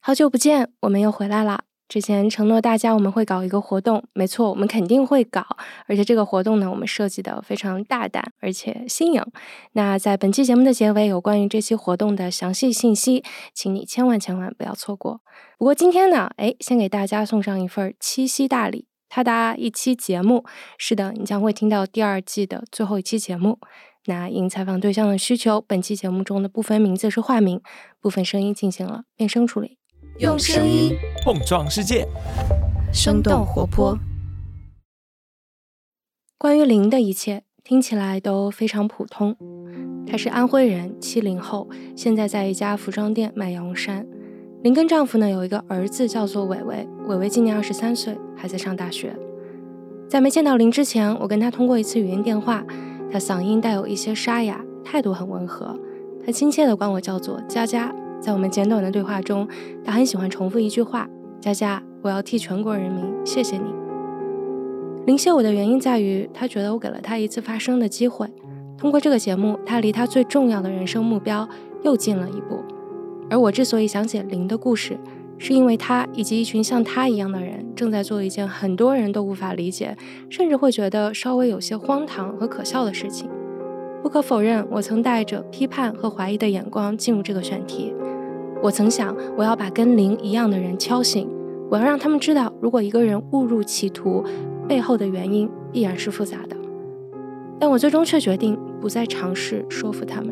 好久不见，我们又回来了。之前承诺大家我们会搞一个活动，没错，我们肯定会搞，而且这个活动呢，我们设计的非常大胆而且新颖。那在本期节目的结尾有关于这期活动的详细信息，请你千万不要错过。不过今天呢，先给大家送上一份七夕大礼，它搭一期节目。是的，你将会听到第2季的最后一期节目。那因采访对象的需求，本期节目中的部分名字是化名，部分声音进行了变声处理。 用声音碰撞世界， 生动活泼。关于林的一切听起来都非常普通。她是安徽人，70后，现在在一家服装店卖羊绒衫。林跟丈夫呢有一个儿子叫做伟伟，伟伟今年23岁，还在上大学。在没见到林之前，我跟她通过一次语音电话，她嗓音带有一些沙哑，态度很温和，她亲切地管我叫做佳佳。在我们简短的对话中，他很喜欢重复一句话：佳佳，我要替全国人民谢谢你。林谢我的原因在于，他觉得我给了他一次发声的机会。通过这个节目，他离他最重要的人生目标又近了一步。而我之所以想写林的故事，是因为他以及一群像他一样的人，正在做一件很多人都无法理解，甚至会觉得稍微有些荒唐和可笑的事情。不可否认，我曾带着批判和怀疑的眼光进入这个选题。我曾想，我要把跟林一样的人敲醒，我要让他们知道，如果一个人误入歧途，背后的原因必然是复杂的。但我最终却决定不再尝试说服他们。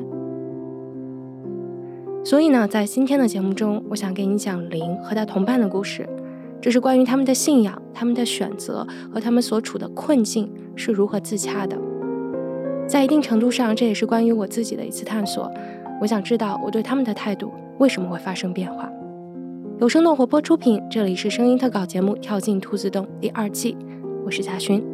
所以呢，在今天的节目中，我想给你讲林和他同伴的故事。这是关于他们的信仰、他们的选择和他们所处的困境是如何自洽的。在一定程度上，这也是关于我自己的一次探索。我想知道我对他们的态度为什么会发生变化。由生动活泼出品，这里是声音特稿节目《跳进兔子洞》第2季，我是嘉勋。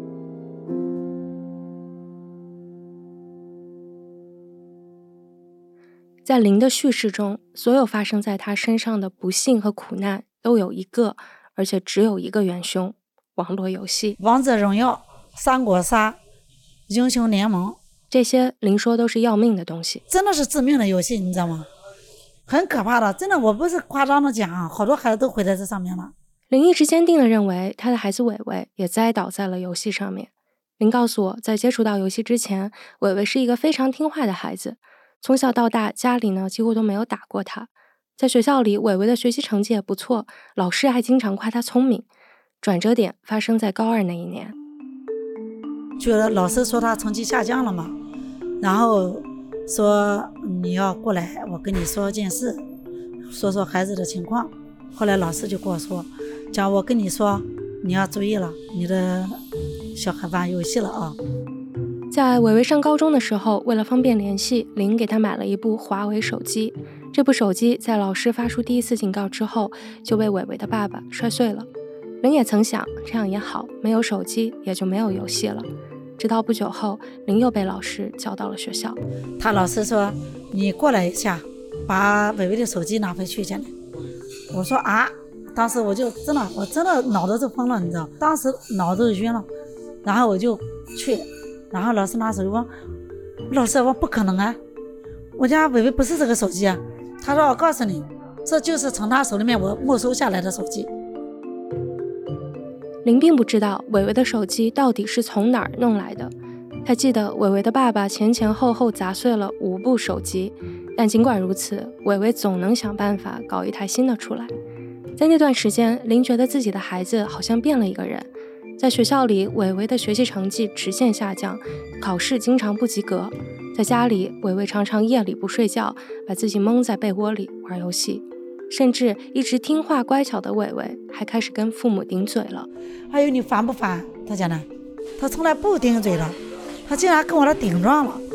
在林的叙事中，所有发生在他身上的不幸和苦难都有一个，而且只有一个元凶：网络游戏。 王者荣耀、三国杀、英雄联盟， 这些林说都是要命的东西， 真的是致命的游戏，你知道吗？很可怕的，真的，我不是夸张的讲，好多孩子都毁在这上面了。 林一直坚定地认为，他的孩子伟伟也栽倒在了游戏上面。林告诉我，在接触到游戏之前，伟伟是一个非常听话的孩子，从小到大，家里呢几乎都没有打过他。在学校里，伟伟的学习成绩也不错，老师还经常夸他聪明。转折点发生在高2那一年， 觉得老师说他成绩下降了嘛，然后说你要过来，我跟你说件事，说说孩子的情况。后来老师就跟我说，讲我跟你说，你要注意了，你的小孩玩游戏了啊。 在伟伟上高中的时候，为了方便联系，林给他买了一部华为手机。这部手机在老师发出第1次警告之后，就被伟伟的爸爸摔碎了。林也曾想，这样也好，没有手机也就没有游戏了。直到不久后，林又被老师叫到了学校。 他老师说，你过来一下，把伟伟的手机拿回去进来。我说啊，当时我真的脑子就疯了，你知道，当时脑子就晕了。然后我就去，然后老师拿手机问，老师，我不可能啊，我家伟伟不是这个手机啊。他说，我告诉你，这就是从他手里面我没收下来的手机。 林并不知道伟伟的手机到底是从哪儿弄来的。他记得伟伟的爸爸前后后砸碎了5部手机，但尽管如此，伟伟总能想办法搞一台新的出来。在那段时间，林觉得自己的孩子好像变了一个人。在学校里，伟伟的学习成绩直线下降，考试经常不及格。在家里，伟伟常常夜里不睡觉，把自己蒙在被窝里玩游戏。甚至一直听话乖巧的伟伟还开始跟父母顶嘴了。 还有你烦不烦？他讲的，他从来不顶嘴的，他竟然跟我的顶撞了。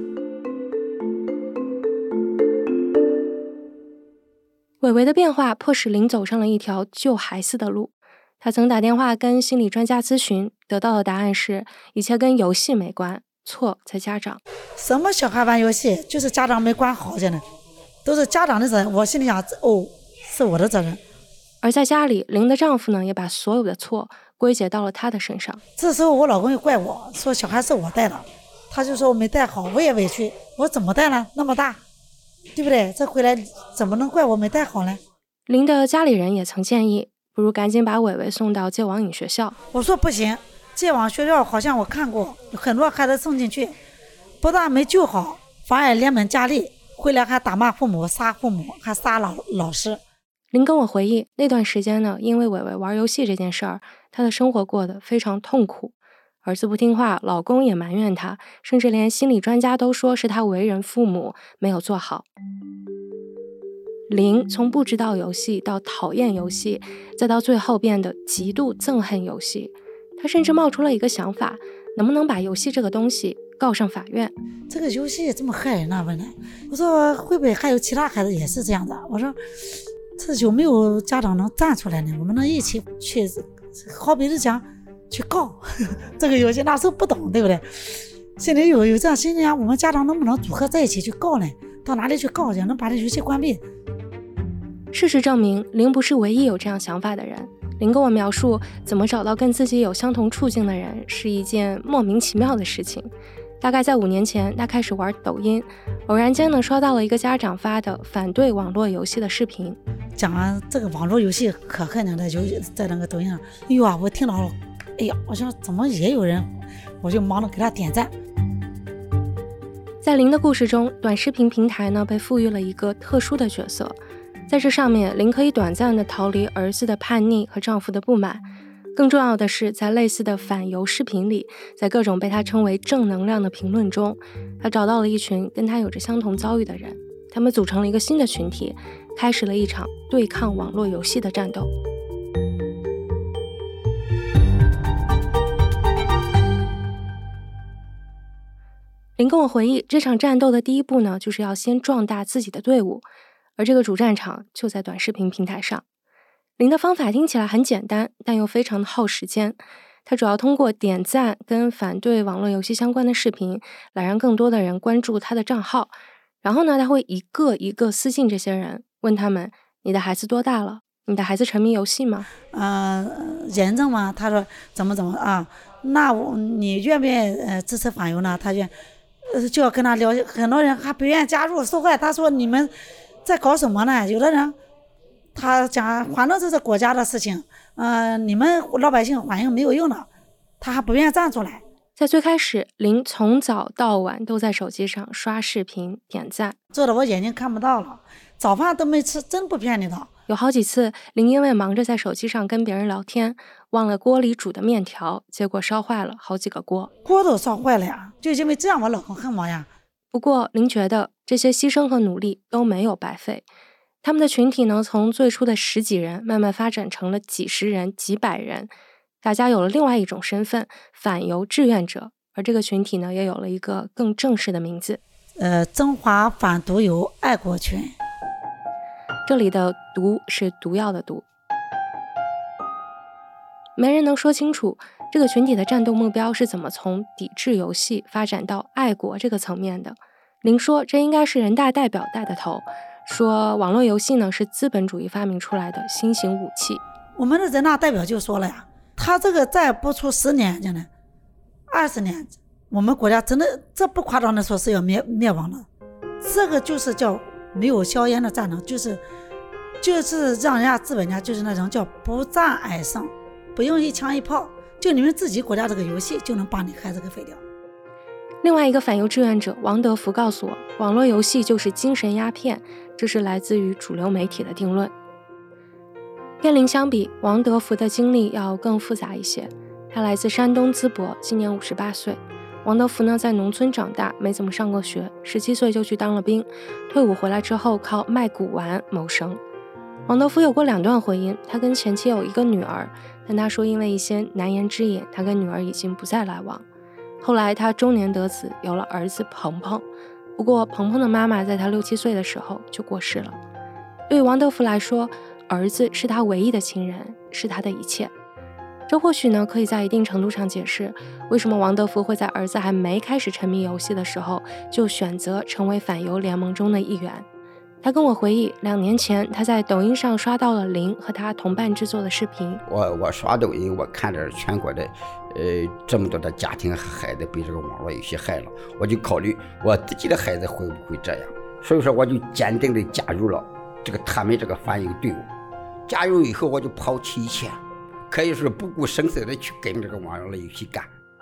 伟伟的变化迫使林走上了一条救孩子的路。他曾打电话跟心理专家咨询，得到的答案是一切跟游戏没关，错在家长。 什么小孩玩游戏，就是家长没管好，现在都是家长的责任。我心里想，是我的责任。 而在家里，林的丈夫呢，也把所有的错归结到了他的身上。 这时候我老公又怪我说小孩是我带的，他就说我没带好，我也委屈，我怎么带呢？那么大，对不对？这回来怎么能怪我没带好呢？ 林的家里人也曾建议，不如赶紧把伟伟送到戒网瘾学校。 我说不行，戒网学校好像我看过，有很多孩子送进去，不但没救好，反而连本加厉，回来还打骂父母、杀父母，还杀老师。 林跟我回忆，那段时间呢，因为伟伟玩游戏这件事儿，他的生活过得非常痛苦。儿子不听话，老公也埋怨他，甚至连心理专家都说是他为人父母没有做好。林从不知道游戏到讨厌游戏，再到最后变得极度憎恨游戏。他甚至冒出了一个想法，能不能把游戏这个东西告上法院？ 这个游戏这么害人啊，问他，我说会不会还有其他孩子也是这样的？我说这有没有家长能站出来呢？我们能一起去，好比是讲去告这个游戏，那时候不懂，对不对？现在有这样心理啊，我们家长能不能组合在一起去告呢？到哪里去告去，能把这游戏关闭？ 事实证明，林不是唯一有这样想法的人。林跟我描述，怎么找到跟自己有相同处境的人是一件莫名其妙的事情。大概在5年前，他开始玩抖音，偶然间呢刷到了一个家长发的反对网络游戏的视频， 讲完这个网络游戏可恨的，就在那个抖音上，哎呦啊，我听到了，哎呀，我想怎么也有人，我就忙着给他点赞。 在林的故事中，短视频平台呢被赋予了一个特殊的角色，在这上面，林可以短暂的逃离儿子的叛逆和丈夫的不满。更重要的是，在类似的反游视频里，在各种被他称为正能量的评论中，他找到了一群跟他有着相同遭遇的人，他们组成了一个新的群体，开始了一场对抗网络游戏的战斗。林跟我回忆，这场战斗的第一步呢，就是要先壮大自己的队伍，而这个主战场就在短视频平台上。林的方法听起来很简单，但又非常的耗时间。他主要通过点赞跟反对网络游戏相关的视频，来让更多的人关注他的账号。然后呢，他会一个一个私信这些人，问他们：你的孩子多大了？你的孩子沉迷游戏吗？ 严重吗？他说怎么啊？那你愿不愿意支持反游呢？他就要跟他聊，很多人还不愿意加入，说坏。他说你们在搞什么呢？有的人他讲，反正这是国家的事情，你们老百姓反应没有用的，他还不愿意站出来。 在最开始，林从早到晚都在手机上刷视频点赞， 做的我眼睛看不到了，早饭都没吃，真不骗你的。 有好几次，林因为忙着在手机上跟别人聊天，忘了锅里煮的面条，结果烧坏了好几个锅都烧坏了呀，就因为这样我老公恨我呀。 不过林觉得这些牺牲和努力都没有白费。他们的群体呢，从最初的10几人慢慢发展成了几十人、几百人，大家有了另外一种身份，反游志愿者。而这个群体呢，也有了一个更正式的名字， 中华反毒游爱国群。 这里的毒是毒药的毒。没人能说清楚这个群体的战斗目标是怎么从抵制游戏发展到爱国这个层面的。林说，这应该是人大代表带的头，说网络游戏呢是资本主义发明出来的新型武器。 我们的人大代表就说了呀，他这个再不出10年真的20年，我们国家真的这不夸张的说是要灭亡了。这个就是叫没有硝烟的战争，就是让人家资本家就是那种叫不战而胜，不用一枪一炮，就你们自己国家这个游戏就能把你孩子给废掉。 另外一个反游志愿者王德福告诉我，网络游戏就是精神鸦片，这是来自于主流媒体的定论。跟林相比，王德福的经历要更复杂一些。他来自山东淄博，今年58岁。王德福呢，在农村长大，没怎么上过学，17岁就去当了兵，退伍回来之后靠卖古玩谋生。王德福有过2段婚姻，他跟前妻有一个女儿，但他说因为一些难言之隐，他跟女儿已经不再来往。后来他中年得子，有了儿子鹏鹏，不过鹏鹏的妈妈在他6、7岁的时候就过世了。对于王德福来说，儿子是他唯一的亲人，是他的一切。这或许呢，可以在一定程度上解释为什么王德福会在儿子还没开始沉迷游戏的时候，就选择成为反游联盟中的一员。他跟我回忆，2年前他在抖音上刷到了林和他同伴制作的视频。 我刷抖音，我看着全国的这么多的家庭和孩子被这个网络游戏害了，我就考虑我自己的孩子会不会这样，所以说我就坚定地加入了他们这个反游队伍。加入以后我就抛弃一切，可以说不顾声色的去跟这个网络游戏干。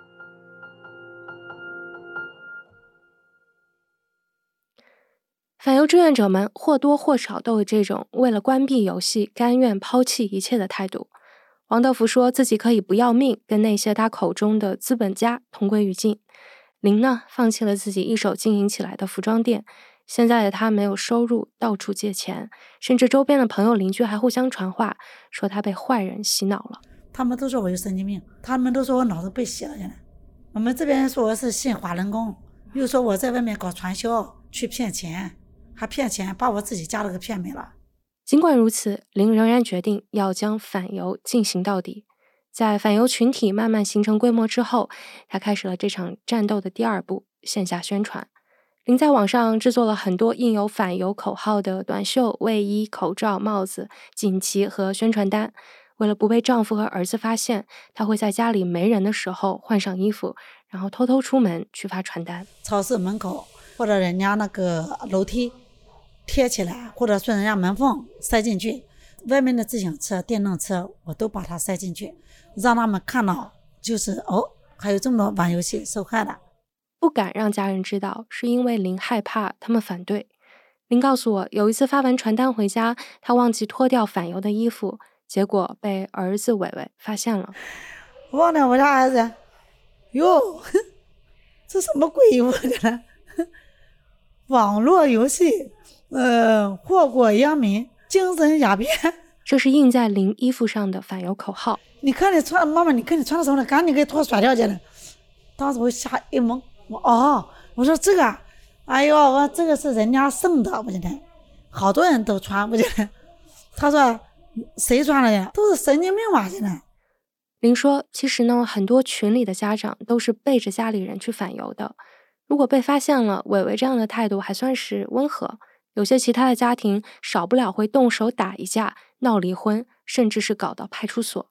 反游志愿者们或多或少都有这种为了关闭游戏甘愿抛弃一切的态度。王德福说自己可以不要命，跟那些他口中的资本家同归于尽。林呢，放弃了自己一手经营起来的服装店，现在的他没有收入，到处借钱，甚至周边的朋友邻居还互相传话，说他被坏人洗脑了。 他们都说我有神经病，他们都说我脑子被洗了。现在我们这边说我是信华人工，又说我在外面搞传销去骗钱，还骗钱把我自己家都给骗没了。 尽管如此，林仍然决定要将反游进行到底。在反游群体慢慢形成规模之后，他开始了这场战斗的第二步——线下宣传。林在网上制作了很多印有反游口号的短袖、卫衣、口罩、帽子、锦旗和宣传单。为了不被丈夫和儿子发现，她会在家里没人的时候换上衣服，然后偷偷出门去发传单。 超市门口或者人家那个楼梯贴起来，或者说人家门缝塞进去，外面的自行车、电动车我都把它塞进去，让他们看到就是还有这么多玩游戏受害的。 不敢让家人知道，是因为林害怕他们反对。林告诉我，有一次发完传单回家，他忘记脱掉反游的衣服，结果被儿子伟伟发现了。 忘了我家儿子，哟，这什么鬼衣服呢？网络游戏，祸国殃民，精神鸦片。 这是印在林衣服上的反游口号。 你看你穿，妈妈，你看你穿的什么了？赶紧给脱甩掉去了。当时我吓一懵，我说这个，哎呦，我这个是人家送的，我觉得好多人都穿，我觉得。他说谁穿了呀？都是神经病吧？现在。 林说，其实呢，很多群里的家长都是背着家里人去反游的。如果被发现了，伟伟这样的态度还算是温和。有些其他的家庭少不了会动手打一架、闹离婚，甚至是搞到派出所。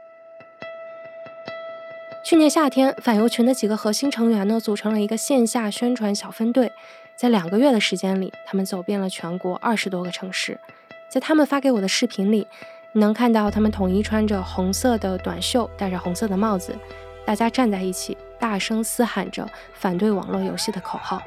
去年夏天，反游群的几个核心成员呢，组成了一个线下宣传小分队。在2个月的时间里，他们走遍了全国20多个城市。在他们发给我的视频里，你能看到他们统一穿着红色的短袖，戴着红色的帽子，大家站在一起，大声嘶喊着反对网络游戏的口号。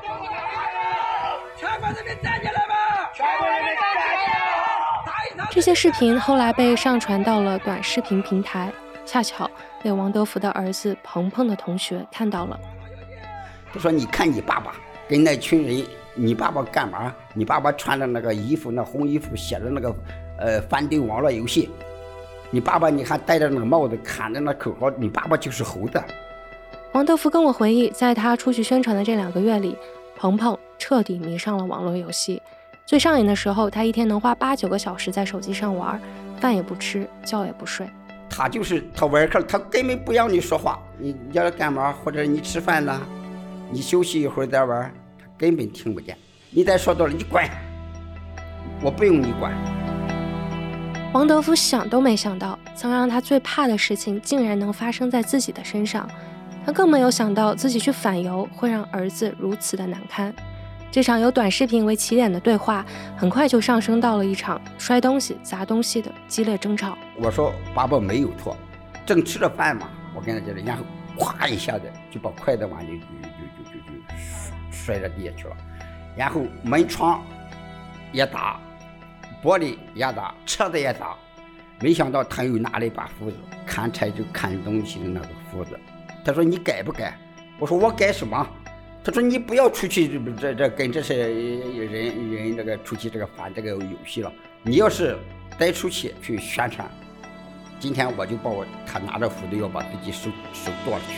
全国人民站起来吧！全国人民站起来！ 这些视频后来被上传到了短视频平台，恰巧被王德福的儿子鹏鹏的同学看到了。 他说：“你看你爸爸跟那群人，你爸爸干嘛？你爸爸穿的那个衣服，那红衣服，写着那个反对网络游戏。你爸爸你看戴着那个帽子，喊着那口号，你爸爸就是猴子。” 王德福跟我回忆，在他出去宣传的这2个月里，鹏鹏彻底迷上了网络游戏。最上瘾的时候，他一天能花8、9个小时在手机上玩，饭也不吃，觉也不睡。 他就是他玩课，他根本不让你说话，你要干嘛，或者你吃饭呢，你休息一会儿再玩，他根本听不见。你再说多了，你滚，我不用你管。 王德福想都没想到，曾让他最怕的事情竟然能发生在自己的身上。他更没有想到自己去反游会让儿子如此的难堪。这场由短视频为起点的对话，很快就上升到了一场摔东西、砸东西的激烈争吵。 我说爸爸没有错，正吃着饭嘛，我跟他讲，然后咵一下子就把筷子往就摔到地下去了，然后门窗也打，玻璃也打，车子也打。没想到他又拿了一把斧子，砍柴就砍东西的那个斧子。他说你改不改？我说我改什么？他说你不要出去这跟这些人这个出去这个反这个游戏了，你要是再出去宣传，今天我就他拿着斧子要把自己手剁了去。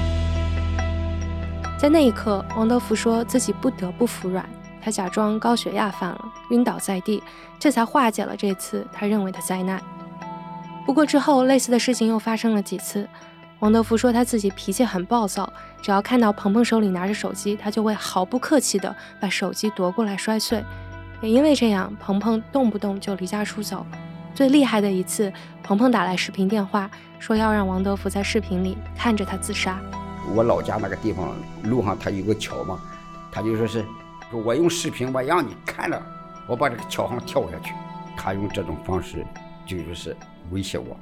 在那一刻，王德福说自己不得不服软，他假装高血压犯了，晕倒在地，这才化解了这次他认为的灾难。不过之后类似的事情又发生了几次。王德福说他自己脾气很暴躁，只要看到鹏鹏手里拿着手机，他就会毫不客气地把手机夺过来摔碎。也因为这样，鹏鹏动不动就离家出走。最厉害的一次，鹏鹏打来视频电话，说要让王德福在视频里看着他自杀。 我老家那个地方路上他有个桥嘛，他就说是我用视频我让你看着我把这个桥上跳下去。他用这种方式就是威胁我。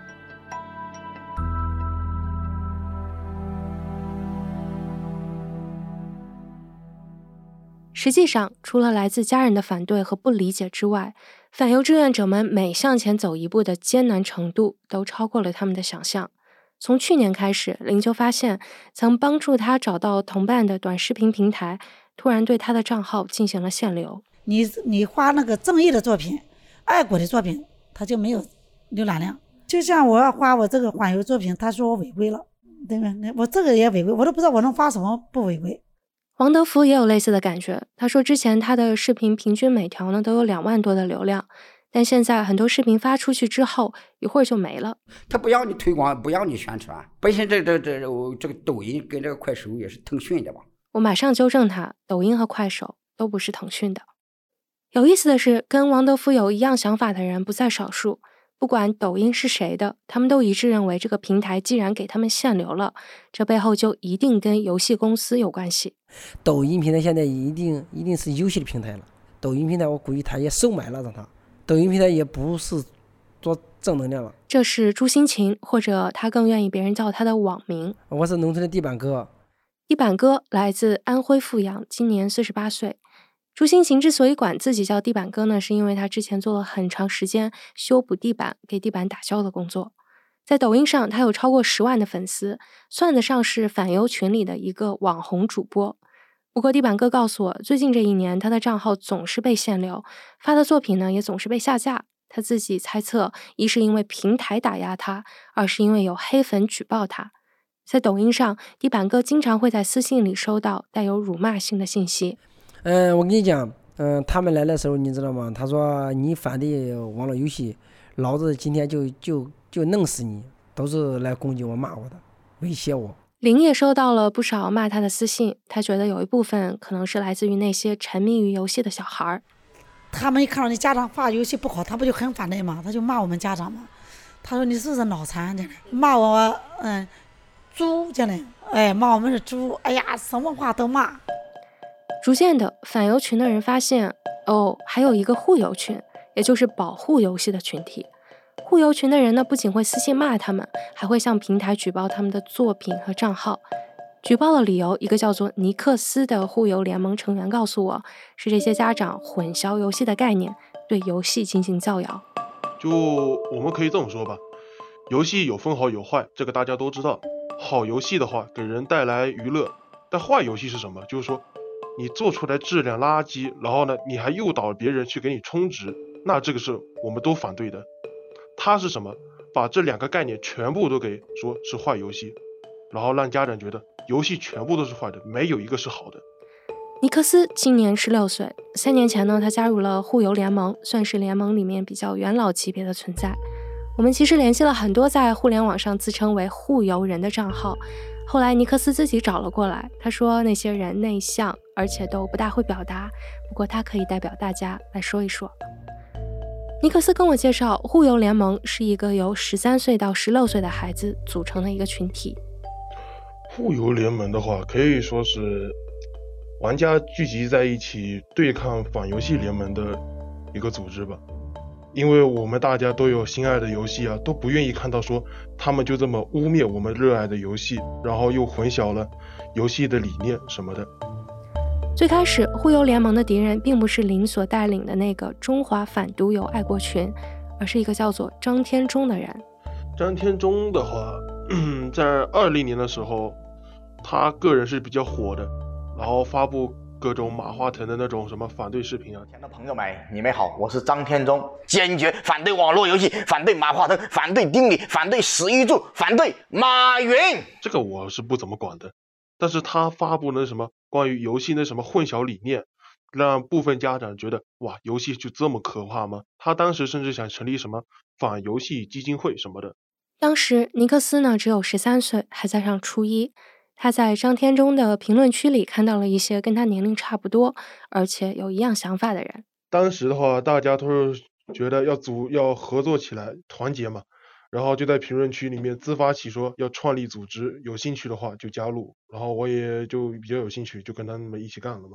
实际上，除了来自家人的反对和不理解之外，反犹志愿者们每向前走一步的艰难程度都超过了他们的想象。从去年开始，林就发现曾帮助他找到同伴的短视频平台突然对他的账号进行了限流。 你画那个正义的作品、爱国的作品，他就没有浏览量。就像我要画我这个反犹作品，他说我违规了，对吧？我这个也违规，我都不知道我能发什么不违规。 王德福也有类似的感觉，他说之前他的视频平均每条呢都有2万多的流量，但现在很多视频发出去之后一会儿就没了。 他不要你推广，不要你宣传。本身这个抖音跟这个快手也是腾讯的吧？ 我马上纠正他，抖音和快手都不是腾讯的。有意思的是，跟王德福有一样想法的人不在少数。不管抖音是谁的，他们都一致认为这个平台既然给他们限流了，这背后就一定跟游戏公司有关系。 抖音平台现在一定是游戏的平台了。抖音平台我估计他也收买了让他。抖音平台也不是做正能量了。 这是朱新琴，或者他更愿意别人叫他的网名。 我是农村的地板哥。 地板哥来自安徽阜阳，今年48岁。朱新琴之所以管自己叫地板哥呢，是因为他之前做了很长时间修补地板、给地板打胶的工作。在抖音上，他有超过10万的粉丝，算得上是反犹群里的一个网红主播。不过地板哥告诉我，最近这1年他的账号总是被限流，发的作品呢也总是被下架。他自己猜测，一是因为平台打压他，二是因为有黑粉举报他。在抖音上，地板哥经常会在私信里收到带有辱骂性的信息。 我跟你讲，他们来的时候你知道吗？他说你反对网络游戏，老子今天就弄死你，都是来攻击我、骂我的，威胁我。 林也收到了不少骂他的私信，他觉得有一部分可能是来自于那些沉迷于游戏的小孩。 他们一看到你家长画游戏不好，他不就很反对吗？他就骂我们家长嘛。他说你是不是脑残？骂我猪这样的，骂我们是猪，哎呀，什么话都骂。 逐渐的，反犹群的人发现，还有一个护游群，也就是保护游戏的群体。护游群的人呢，不仅会私信骂他们，还会向平台举报他们的作品和账号。举报的理由，一个叫做尼克斯的护游联盟成员告诉我，是这些家长混淆游戏的概念，对游戏进行造谣。 就我们可以这么说吧，游戏有分好有坏，这个大家都知道。好游戏的话，给人带来娱乐，但坏游戏是什么？就是说你做出来质量垃圾，然后呢，你还诱导别人去给你充值，那这个是我们都反对的。它是什么？把这2个概念全部都给说是坏游戏，然后让家长觉得游戏全部都是坏的，没有一个是好的。 尼克斯今年16岁，3年前呢，他加入了护游联盟，算是联盟里面比较元老级别的存在。我们其实联系了很多在互联网上自称为护游人的账号，后来尼克斯自己找了过来，他说那些人内向，而且都不大会表达，不过他可以代表大家来说一说。尼克斯跟我介绍，护游联盟是一个由13岁到16岁的孩子组成的一个群体。 护游联盟的话，可以说是玩家聚集在一起对抗反游戏联盟的一个组织吧。因为我们大家都有心爱的游戏啊，都不愿意看到说他们就这么污蔑我们热爱的游戏，然后又混淆了游戏的理念什么的。 最开始护游联盟的敌人并不是林所带领的那个中华反毒游爱国群，而是一个叫做张天忠的人。 张天忠的话，在20年的时候，他个人是比较火的，然后发布各种马化腾的那种什么反对视频啊。 亲爱的朋友们，你们好，我是张天忠，坚决反对网络游戏，反对马化腾，反对丁磊，反对史玉柱，反对马云。 这个我是不怎么管的，但是他发布那什么关于游戏那什么混淆理念，让部分家长觉得哇，游戏就这么可怕吗？他当时甚至想成立什么反游戏基金会什么的。 当时尼克斯呢只有13岁，还在上初一。他在张天忠的评论区里看到了一些跟他年龄差不多，而且有一样想法的人。 当时的话，大家都是觉得要合作起来，团结嘛，然后就在评论区里面自发起说要创立组织，有兴趣的话就加入。然后我也就比较有兴趣，就跟他们一起干了嘛。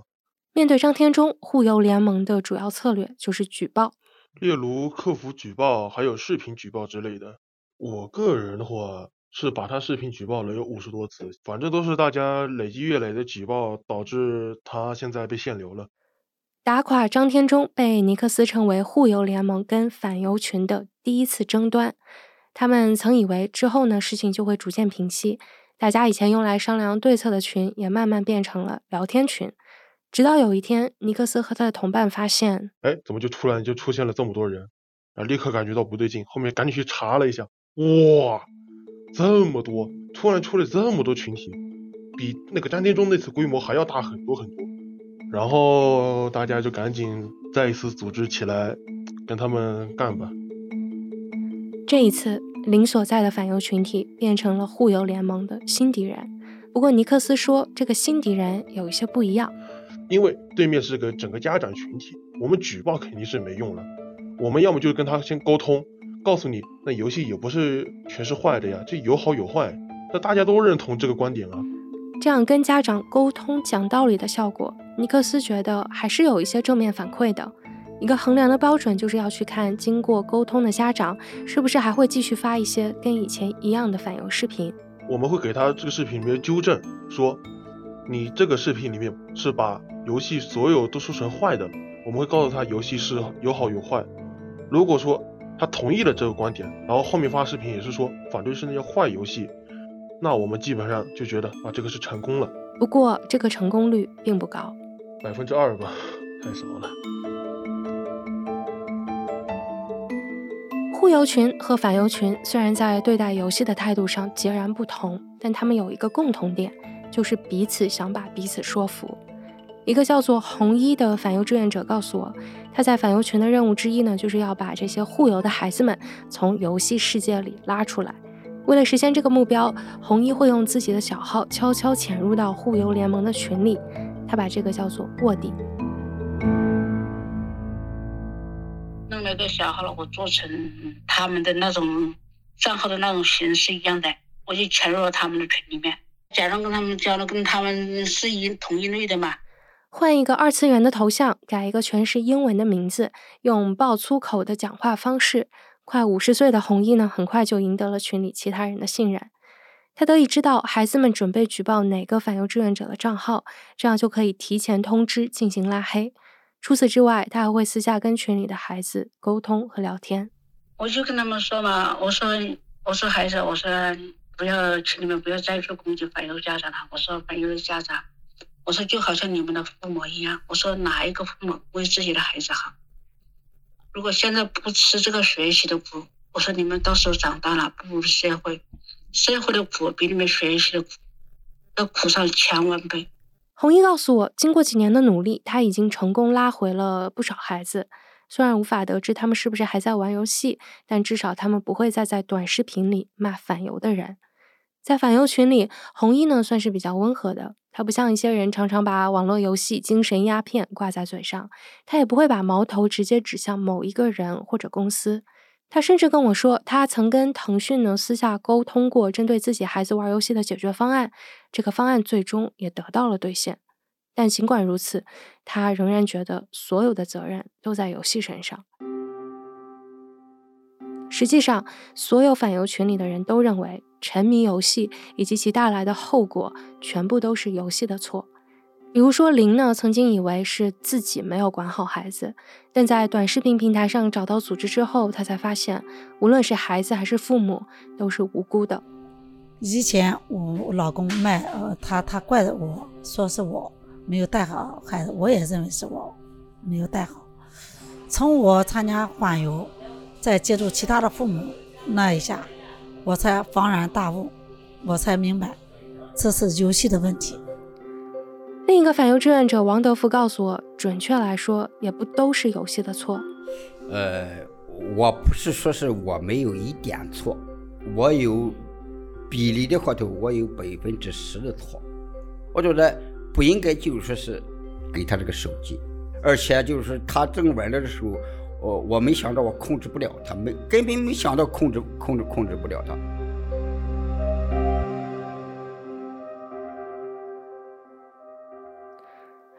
面对张天中，互邮联盟的主要策略就是举报， 例如客服举报，还有视频举报之类的。我个人的话是把他视频举报了有50多次，反正都是大家累积越累的举报，导致他现在被限流了。 打垮张天中被尼克斯称为互邮联盟跟反邮群的第一次争端。他们曾以为之后呢，事情就会逐渐平息，大家以前用来商量对策的群也慢慢变成了聊天群。直到有一天，尼克斯和他的同伴发现， 怎么就突然就出现了这么多人？立刻感觉到不对劲，后面赶紧去查了一下，哇，这么多，突然出了这么多群体，比那个张天中那次规模还要大很多很多。然后大家就赶紧再一次组织起来，跟他们干吧。 这一次，林所在的反犹群体变成了互邮联盟的新敌人。不过尼克斯说，这个新敌人有一些不一样， 因为对面是个整个家长群体，我们举报肯定是没用了，我们要么就跟他先沟通，告诉你那游戏也不是全是坏的呀，这有好有坏，那大家都认同这个观点啊。 这样跟家长沟通讲道理的效果，尼克斯觉得还是有一些正面反馈的。一个衡量的标准就是要去看经过沟通的家长是不是还会继续发一些跟以前一样的反犹视频。 我们会给他这个视频里面纠正，说你这个视频里面是把游戏所有都说成坏的，我们会告诉他游戏是有好有坏。如果说他同意了这个观点，然后后面发视频也是说反对是那些坏游戏，那我们基本上就觉得这个是成功了。 不过这个成功率并不高 ，2%吧，太少了。 互邮群和反犹群虽然在对待游戏的态度上截然不同，但他们有一个共同点，就是彼此想把彼此说服。一个叫做红衣的反犹志愿者告诉我，他在反犹群的任务之一呢，就是要把这些互邮的孩子们从游戏世界里拉出来。为了实现这个目标，红衣会用自己的小号悄悄潜入到互邮联盟的群里，他把这个叫做卧底。 弄了个小号，我做成他们的那种账号的那种形式一样的，我就潜入了他们的群里面，假装跟他们交流，跟他们是同一类的嘛。 换一个2次元的头像，改一个全是英文的名字，用爆粗口的讲话方式，快50岁的红衣呢，很快就赢得了群里其他人的信任。他得以知道孩子们准备举报哪个反犹志愿者的账号，这样就可以提前通知进行拉黑。除此之外，他还会私下跟群里的孩子沟通和聊天。 我就跟他们说嘛，我说孩子，我说不要群里面不要再去攻击反犹家长了，我说反犹的家长，我说就好像你们的父母一样，我说哪一个父母为自己的孩子好？如果现在不吃这个学习的苦，我说你们到时候长大了步入社会的苦比你们学习的苦要苦上1000万倍。 红衣告诉我，经过几年的努力，他已经成功拉回了不少孩子。虽然无法得知他们是不是还在玩游戏，但至少他们不会再在短视频里骂反犹的人。在反犹群里，红衣呢算是比较温和的，他不像一些人常常把网络游戏精神鸦片挂在嘴上，他也不会把矛头直接指向某一个人或者公司。他甚至跟我说，他曾跟腾讯呢私下沟通过针对自己孩子玩游戏的解决方案，这个方案最终也得到了兑现。但尽管如此，他仍然觉得所有的责任都在游戏身上。实际上，所有反犹群里的人都认为，沉迷游戏以及其带来的后果全部都是游戏的错。比如说林呢，曾经以为是自己没有管好孩子，但在短视频平台上找到组织之后，他才发现无论是孩子还是父母都是无辜的。 以前我老公卖他怪着我说是我没有带好孩子，我也认为是我没有带好。从我参加缓游再接触其他的父母那一下，我才恍然大悟，我才明白这是游戏的问题。 另一个反犹志愿者王德福告诉我，准确来说也不都是游戏的错。 我不是说是我没有一点错，我有比例的话头，我有10%的错。我觉得不应该就是说是给他这个手机，而且就是他正玩的时候，我没想到我控制不了他，根本没想到控制不了他。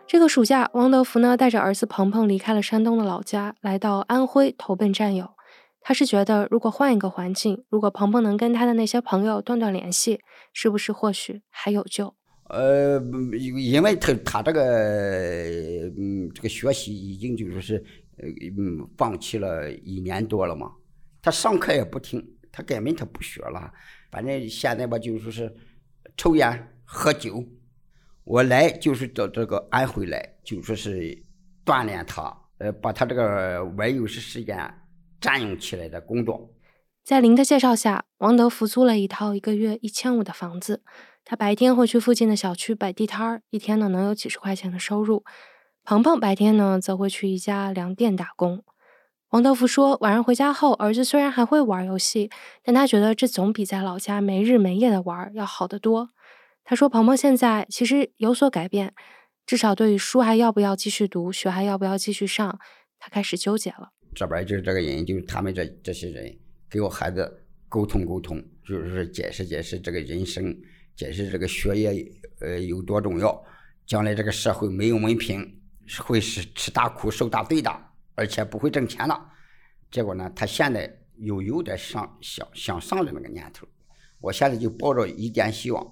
这个暑假，王德福呢带着儿子鹏鹏离开了山东的老家，来到安徽投奔战友。他是觉得，如果换一个环境，如果鹏鹏能跟他的那些朋友断联系，是不是或许还有救？ 因为他这个学习已经就是放弃了1年多了嘛，他上课也不听，他根本不学了。反正现在吧，就是说是抽烟喝酒。我来就是到这个安徽来，就说是锻炼他，把他这个玩游戏时间占用起来的工作。 在林的介绍下，王德福租了一套1个月1500的房子。他白天会去附近的小区摆地摊儿，一天呢能有几十块钱的收入。鹏鹏白天呢则会去一家粮店打工。王德福说，晚上回家后，儿子虽然还会玩游戏，但他觉得这总比在老家没日没夜的玩要好得多。他说鹏鹏现在其实有所改变，至少对于书还要不要继续读，学还要不要继续上，他开始纠结了。 这边就是这个人，就是他们这些人给我孩子沟通，就是解释这个人生，解释这个学业有多重要，将来这个社会没有文凭会是吃大苦受大罪的，而且不会挣钱的。结果呢，他现在又有点想上的那个念头，我现在就抱着一点希望。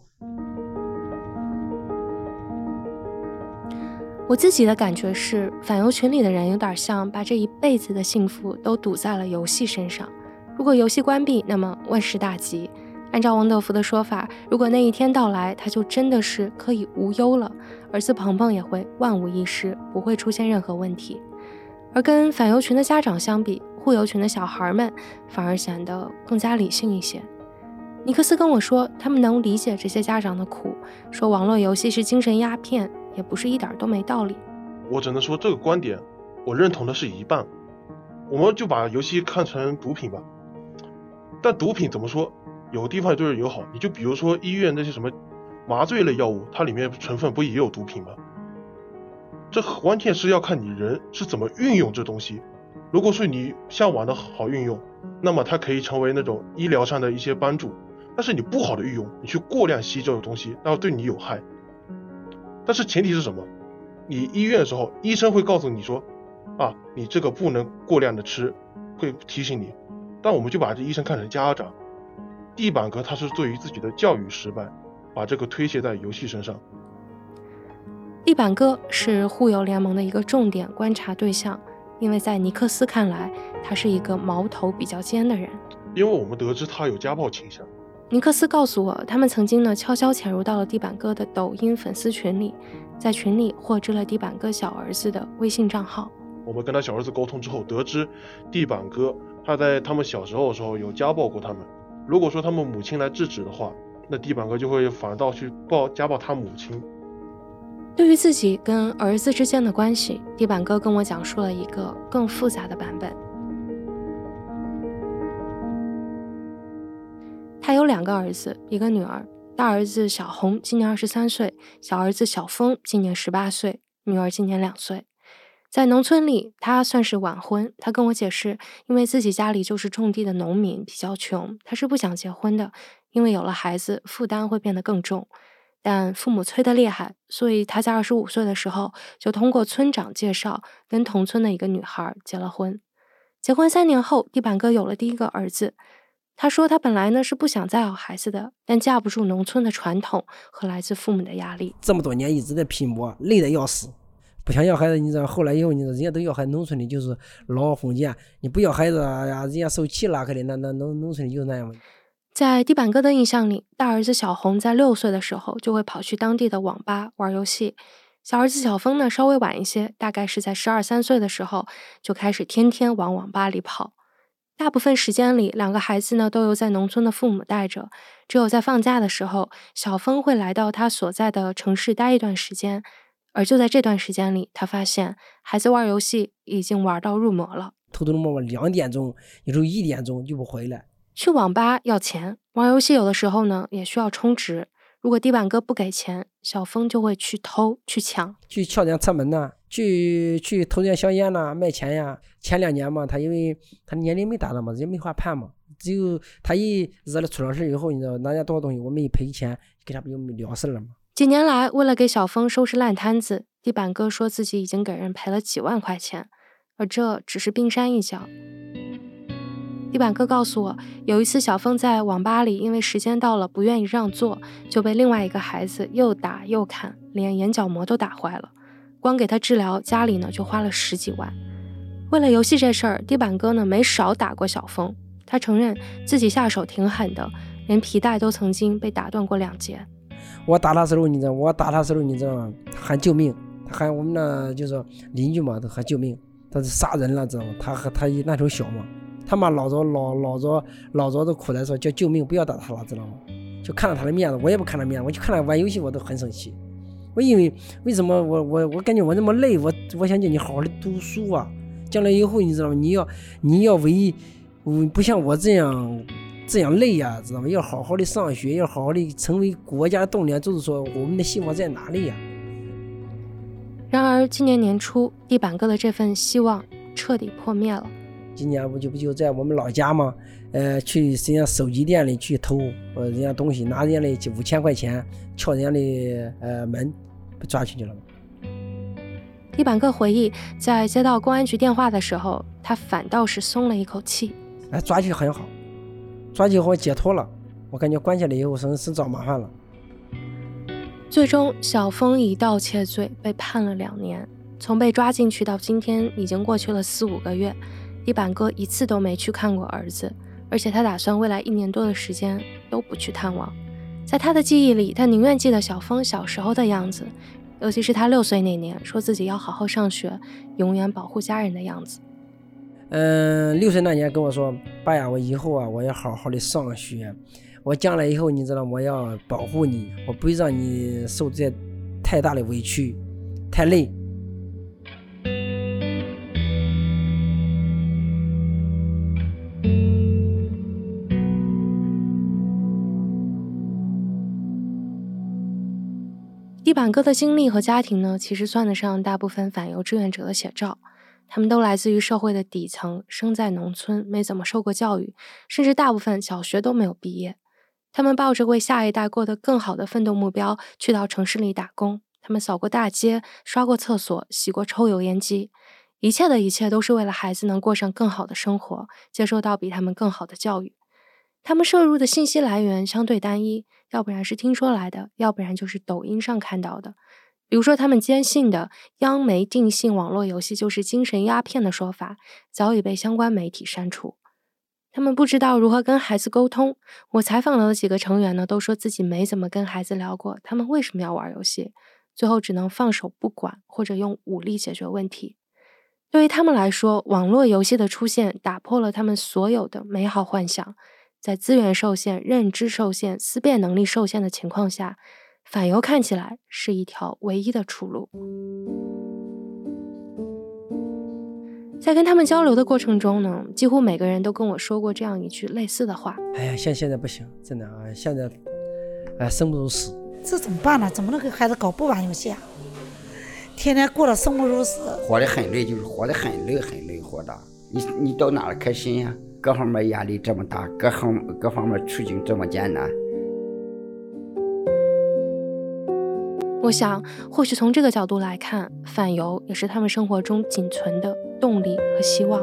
我自己的感觉是，反游群里的人有点像把这一辈子的幸福都赌在了游戏身上。如果游戏关闭，那么万事大吉。按照王德福的说法，如果那一天到来，他就真的是可以无忧了，儿子鹏鹏也会万无一失，不会出现任何问题。而跟反游群的家长相比，护游群的小孩们反而显得更加理性一些。尼克斯跟我说，他们能理解这些家长的苦，说网络游戏是精神鸦片，也不是一点都没道理。 我只能说这个观点我认同的是一半，我们就把游戏看成毒品吧。但毒品怎么说，有地方对人友好，你就比如说医院那些什么麻醉类药物，它里面成分不也有毒品吗？这完全是要看你人是怎么运用这东西。如果说你向往的好运用，那么它可以成为那种医疗上的一些帮助，但是你不好的运用，你去过量吸这种东西，那对你有害。但是前提是什么？你医院的时候，医生会告诉你说你这个不能过量的吃，会提醒你。但我们就把这医生看成家长，地板哥他是对于自己的教育失败，把这个推卸在游戏身上。 地板哥是护游联盟的一个重点观察对象，因为在尼克斯看来，他是一个矛头比较尖的人。 因为我们得知他有家暴倾向。 尼克斯告诉我，他们曾经呢悄悄潜入到了地板哥的抖音粉丝群里，在群里获知了地板哥小儿子的微信账号。 我们跟他小儿子沟通之后，得知地板哥他在他们小时候的时候有家暴过他们。如果说他们母亲来制止的话，那地板哥就会反倒去家暴他母亲。 对于自己跟儿子之间的关系，地板哥跟我讲述了一个更复杂的版本。他有2个儿子，1个女儿。大儿子小红今年23岁，小儿子小峰今年18岁，女儿今年2岁。在农村里，他算是晚婚。他跟我解释，因为自己家里就是种地的农民，比较穷，他是不想结婚的，因为有了孩子，负担会变得更重。但父母催得厉害，所以他在25岁的时候，就通过村长介绍，跟同村的一个女孩结了婚。结婚3年后，地板哥有了第1个儿子。他说他本来呢是不想再要孩子的，但架不住农村的传统和来自父母的压力。 这么多年一直在拼搏，累得要死，不想要孩子。你知道后来以后，你知道人家都要孩子，农村里就是老封建，你不要孩子呀，人家受气了，肯定那农村里就是那样。 在地板哥的印象里，大儿子小红在6岁的时候就会跑去当地的网吧玩游戏，小儿子小峰呢稍微晚一些，大概是在12、13岁的时候就开始天天往网吧里跑。大部分时间里，2个孩子呢都由在农村的父母带着，只有在放假的时候，小峰会来到他所在的城市待一段时间。而就在这段时间里，他发现孩子玩游戏已经玩到入魔了。 偷偷摸摸2点钟，有时候1点钟就不回来。 去网吧要钱，玩游戏有的时候呢也需要充值。如果地板哥不给钱，小峰就会去偷去抢， 去撬点车门呐，去偷点香烟呐，卖钱呀。前2年嘛，他因为他年龄没达到嘛，人家没法判嘛，只有他一惹了出了事以后，你知道拿家多少东西，我们一赔钱，给他不就了事了吗？ 几年来，为了给小峰收拾烂摊子， 地板哥说自己已经给人赔了几万块钱，而这只是冰山一角。地板哥告诉我，有一次小峰在网吧里因为时间到了不愿意让座，就被另外一个孩子又打又砍，连眼角膜都打坏了，光给他治疗家里呢就花了10几万。为了游戏这事儿，地板哥呢没少打过小峰，他承认自己下手挺狠的，连皮带都曾经被打断过2节。 我打他时候你知道吗，喊救命，他喊我们那就是邻居嘛，都喊救命，他是杀人了知道吗？他那时候小嘛，他妈老着都哭来说叫救命，不要打他了知道吗？就看到他的面子，我也不看他面子，我就看他玩游戏我都很生气。我因为什么我感觉我那么累，我想叫你好好的读书啊，将来以后你知道吗？你要不像我这样累呀，知道吗？要好好的上学，要好好的成为国家的栋梁，就是说我们的希望在哪里呀？ 然而今年年初，地板哥的这份希望彻底破灭了。 今年不就在我们老家吗？去人家手机店里去偷人家东西，拿人家的5000块钱，撬人家的门，被抓进去了吗？ 地板哥回忆，在接到公安局电话的时候，他反倒是松了一口气。 抓起很好，抓起后解脱了，我感觉关下来以后是找麻烦了。 最终，小峰以盗窃罪被判了2年。从被抓进去到今天，已经过去了4、5个月。地板哥一次都没去看过儿子，而且他打算未来1年多的时间都不去探望。在他的记忆里，他宁愿记得小峰小时候的样子，尤其是他6岁那年说自己要好好上学，永远保护家人的样子。 6岁那年跟我说，爸呀，我以后啊我要好好的上学，我将来以后你知道我要保护你，我不会让你受这太大的委屈太累。 地板哥的经历和家庭呢，其实算得上大部分反犹志愿者的写照。他们都来自于社会的底层，生在农村，没怎么受过教育，甚至大部分小学都没有毕业。他们抱着为下一代过得更好的奋斗目标，去到城市里打工。他们扫过大街，刷过厕所，洗过抽油烟机。一切的一切都是为了孩子能过上更好的生活，接受到比他们更好的教育。他们摄入的信息来源相对单一，要不然是听说来的，要不然就是抖音上看到的。比如说他们坚信的央媒定性网络游戏就是精神鸦片的说法，早已被相关媒体删除。他们不知道如何跟孩子沟通。我采访了几个成员呢，都说自己没怎么跟孩子聊过他们为什么要玩游戏，最后只能放手不管，或者用武力解决问题。对于他们来说，网络游戏的出现打破了他们所有的美好幻想。在资源受限、认知受限、思辨能力受限的情况下，反犹看起来是一条唯一的出路。在跟他们交流的过程中呢，几乎每个人都跟我说过这样一句类似的话： 哎呀，现在不行，真的啊，现在生不如死。 这怎么办呢？怎么能给孩子搞不玩游戏啊？天天过得生不如死， 活得很累，就是活得很累活的。你到哪儿开心呀？各方面压力这么大，各方面处境这么艰难。 我想，或许从这个角度来看，反犹也是他们生活中仅存的动力和希望。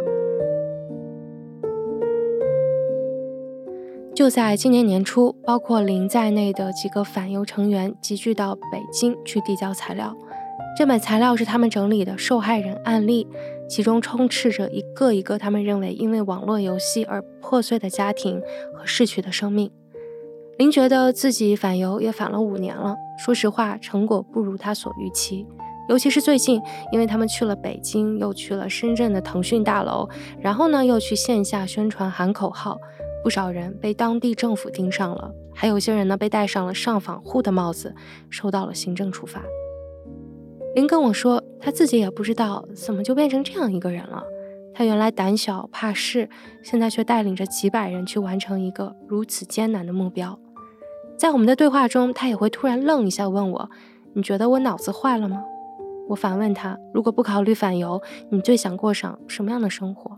就在今年年初，包括林在内的几个反犹成员集聚到北京去递交材料。这本材料是他们整理的受害人案例，其中充斥着一个一个他们认为因为网络游戏而破碎的家庭和逝去的生命。林觉得自己反犹也反了5年了，说实话，成果不如他所预期。尤其是最近，因为他们去了北京，又去了深圳的腾讯大楼，然后呢又去线下宣传喊口号，不少人被当地政府盯上了，还有些人呢被戴上了上访户的帽子，受到了行政处罚。林跟我说，他自己也不知道怎么就变成这样一个人了。他原来胆小怕事，现在却带领着几百人去完成一个如此艰难的目标。在我们的对话中，他也会突然愣一下问我，你觉得我脑子坏了吗？我反问他，如果不考虑反犹，你最想过上什么样的生活？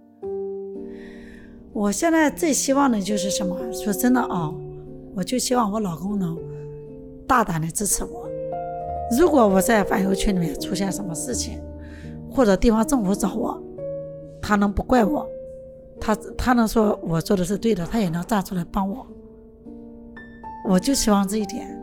我现在最希望的就是什么？说真的啊，我就希望我老公能大胆的支持我， 如果我在饭友群里面出现什么事情，或者地方政府找我，他能不怪我，他能说我做的是对的，他也能站出来帮我。我就希望这一点。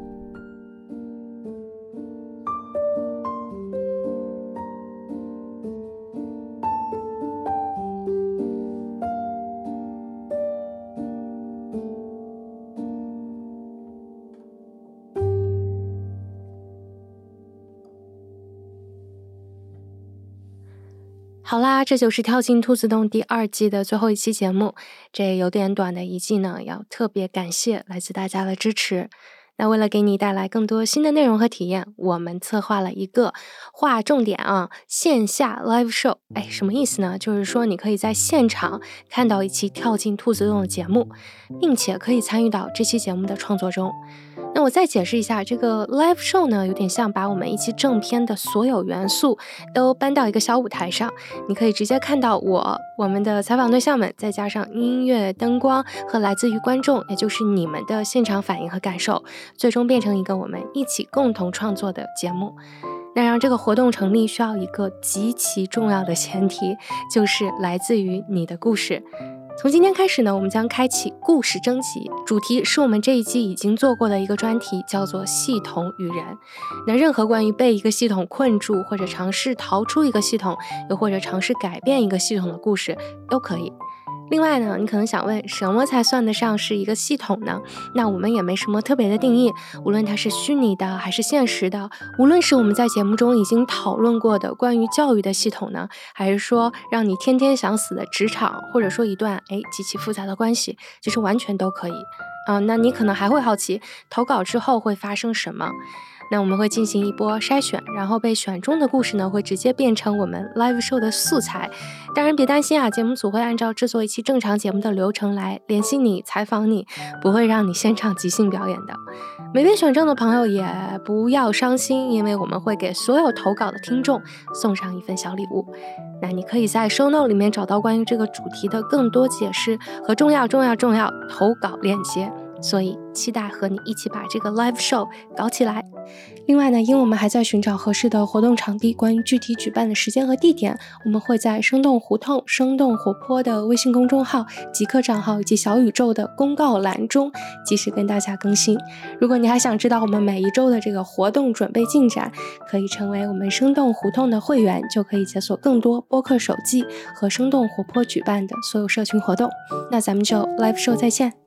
好啦，这就是跳进兔子洞第2季的最后一期节目。这有点短的一季呢，要特别感谢来自大家的支持。那为了给你带来更多新的内容和体验，我们策划了一个划重点线下 live show。什么意思呢？就是说你可以在现场看到一期跳进兔子洞的节目，并且可以参与到这期节目的创作中。那我再解释一下，这个 live show 呢，有点像把我们一期正片的所有元素都搬到一个小舞台上，你可以直接看到我们的采访对象们，再加上音乐、灯光和来自于观众，也就是你们的现场反应和感受，最终变成一个我们一起共同创作的节目。那让这个活动成立，需要一个极其重要的前提，就是来自于你的故事。从今天开始呢，我们将开启故事征集，主题是我们这一季已经做过的一个专题，叫做系统与人。那任何关于被一个系统困住，或者尝试逃出一个系统，又或者尝试改变一个系统的故事都可以。另外呢，你可能想问，什么才算得上是一个系统呢？那我们也没什么特别的定义，无论它是虚拟的还是现实的，无论是我们在节目中已经讨论过的关于教育的系统呢，还是说让你天天想死的职场，或者说一段极其复杂的关系，其实完全都可以。那你可能还会好奇，投稿之后会发生什么？那我们会进行一波筛选，然后被选中的故事呢，会直接变成我们 live show 的素材。当然别担心节目组会按照制作一期正常节目的流程来联系你、采访你，不会让你现场即兴表演的。没被选中的朋友也不要伤心，因为我们会给所有投稿的听众送上一份小礼物。那你可以在 show note 里面找到关于这个主题的更多解释和重要投稿链接。所以期待和你一起把这个 live show 搞起来。另外呢，因为我们还在寻找合适的活动场地，关于具体举办的时间和地点，我们会在生动胡同、生动活泼的微信公众号、极客账号以及小宇宙的公告栏中及时跟大家更新。如果你还想知道我们每一周的这个活动准备进展，可以成为我们生动胡同的会员，就可以解锁更多播客手记和生动活泼举办的所有社群活动。那咱们就 live show 再见。